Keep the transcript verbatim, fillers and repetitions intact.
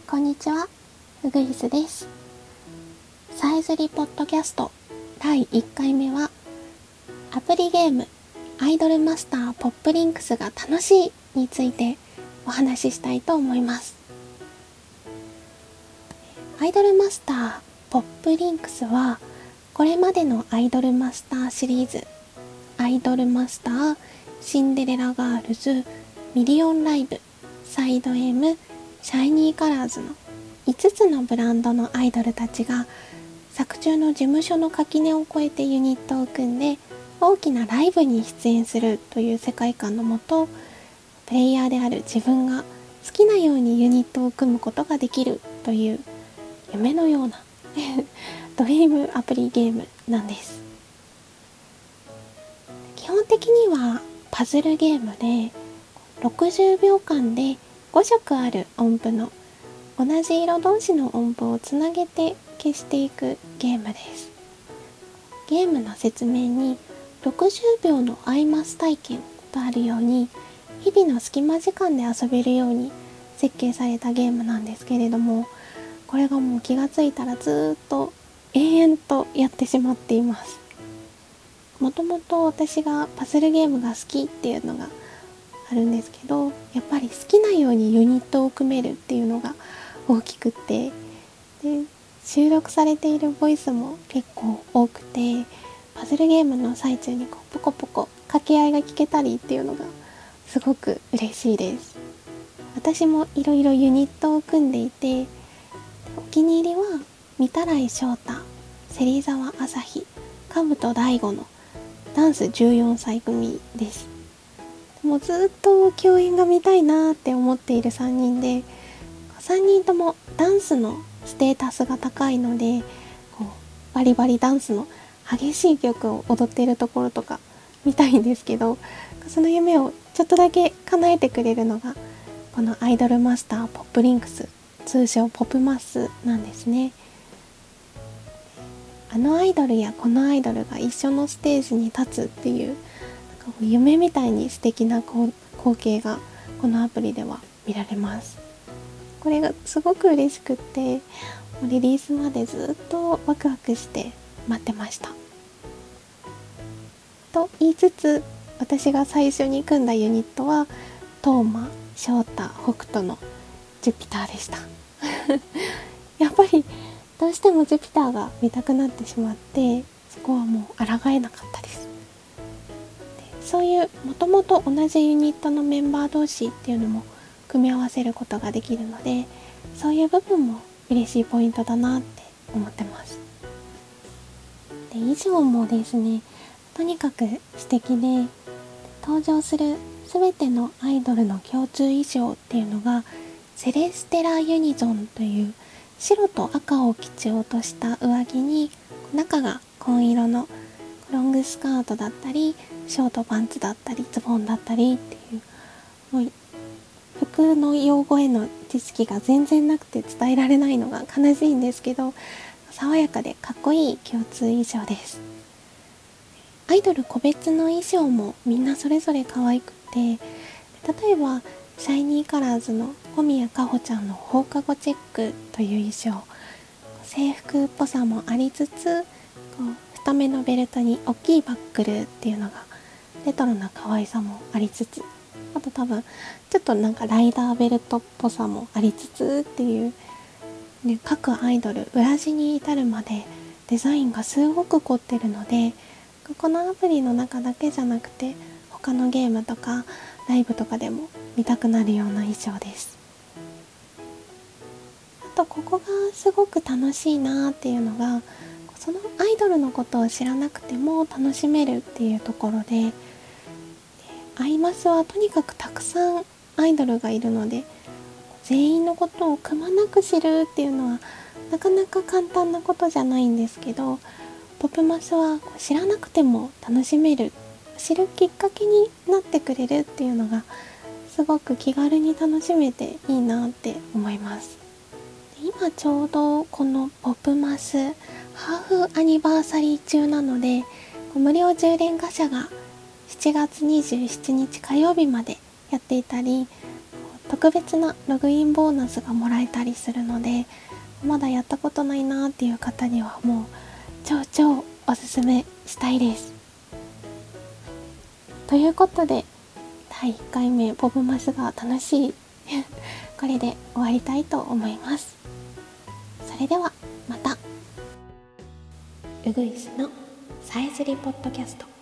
こんにちは、うぐいすです。さえずりポッドキャストだいいっかいめは、アプリゲームアイドルマスターポップリンクスが楽しいについてお話ししたいと思います。アイドルマスターポップリンクスは、これまでのアイドルマスターシリーズ、アイドルマスター、シンデレラガールズ、ミリオンライブ、サイド M、シャイニーカラーズのいつつのブランドのアイドルたちが作中の事務所の垣根を越えてユニットを組んで大きなライブに出演するという世界観のもと、プレイヤーである自分が好きなようにユニットを組むことができるという夢のようなドリームアプリゲームなんです。基本的にはパズルゲームで、ろくじゅうびょうかんでごしょくある音符の同じ色同士の音符をつなげて消していくゲームです。ゲームの説明にろくじゅうびょうのアイマス体験とあるように、日々の隙間時間で遊べるように設計されたゲームなんですけれども、これがもう気がついたらずっと永遠とやってしまっています。もともと私がパズルゲームが好きっていうのがあるんですけど、やっぱり好きなようにユニットを組めるっていうのが大きくって、で収録されているボイスも結構多くて、パズルゲームの最中にこうポコポコ掛け合いが聞けたりっていうのがすごく嬉しいです。私もいろいろユニットを組んでいて、お気に入りは御手洗翔太、芹沢朝日、兜大吾のダンスじゅうよんさい組です。もうずっと共演が見たいなって思っているさんにんで、さんにんともダンスのステータスが高いので、こうバリバリダンスの激しい曲を踊っているところとか見たいんですけど、その夢をちょっとだけ叶えてくれるのがこのアイドルマスターポップリンクス、通称ポプマスなんですね。あのアイドルやこのアイドルが一緒のステージに立つっていう、なんか夢みたいに素敵な光景がこのアプリでは見られます。これがすごく嬉しくって、リリースまでずっとワクワクして待ってました。と言いつつ、私が最初に組んだユニットはトーマ、翔太、北斗のジュピターでしたやっぱりどうしてもジュピターが見たくなってしまって、そこはもう抗えなかったです。でそういうもともと同じユニットのメンバー同士っていうのも組み合わせることができるので、そういう部分も嬉しいポイントだなって思ってます。で衣装もですね、とにかく素敵で、登場する全てのアイドルの共通衣装っていうのがセレステラユニゾンという白と赤を基調とした上着に、中が紺色のロングスカートだったりショートパンツだったりズボンだったりっていう、もう服の用語への知識が全然なくて伝えられないのが悲しいんですけど、爽やかでかっこいい共通衣装です。アイドル個別の衣装もみんなそれぞれ可愛くて、例えばシャイニーカラーズの小宮かほちゃんの放課後チェックという衣装、制服っぽさもありつつ、こう太めのベルトに大きいバックルっていうのがレトロな可愛さもありつつ、あと多分ちょっとなんかライダーベルトっぽさもありつつっていう、ね、各アイドル裏地に至るまでデザインがすごく凝ってるので、このアプリの中だけじゃなくて他のゲームとかライブとかでも見たくなるような衣装です。あとここがすごく楽しいなっていうのが、そのアイドルのことを知らなくても楽しめるっていうところで、アイマスはとにかくたくさんアイドルがいるので、全員のことをくまなく知るっていうのはなかなか簡単なことじゃないんですけど、ポプマスは知らなくても楽しめる、知るきっかけになってくれるっていうのがすごく気軽に楽しめていいなって思います。今ちょうどこのポプマスハーフアニバーサリー中なので、無料充電ガシャがしちがつにじゅうしちにち火曜日までやっていたり、 特別なログインボーナスがもらえたりするので、まだやったことないなっていう方にはもう超超おすすめしたいです。ということでだいいっかいめボブマスが楽しいこれで終わりたいと思います。それではまた。うぐいすのさえずりポッドキャスト。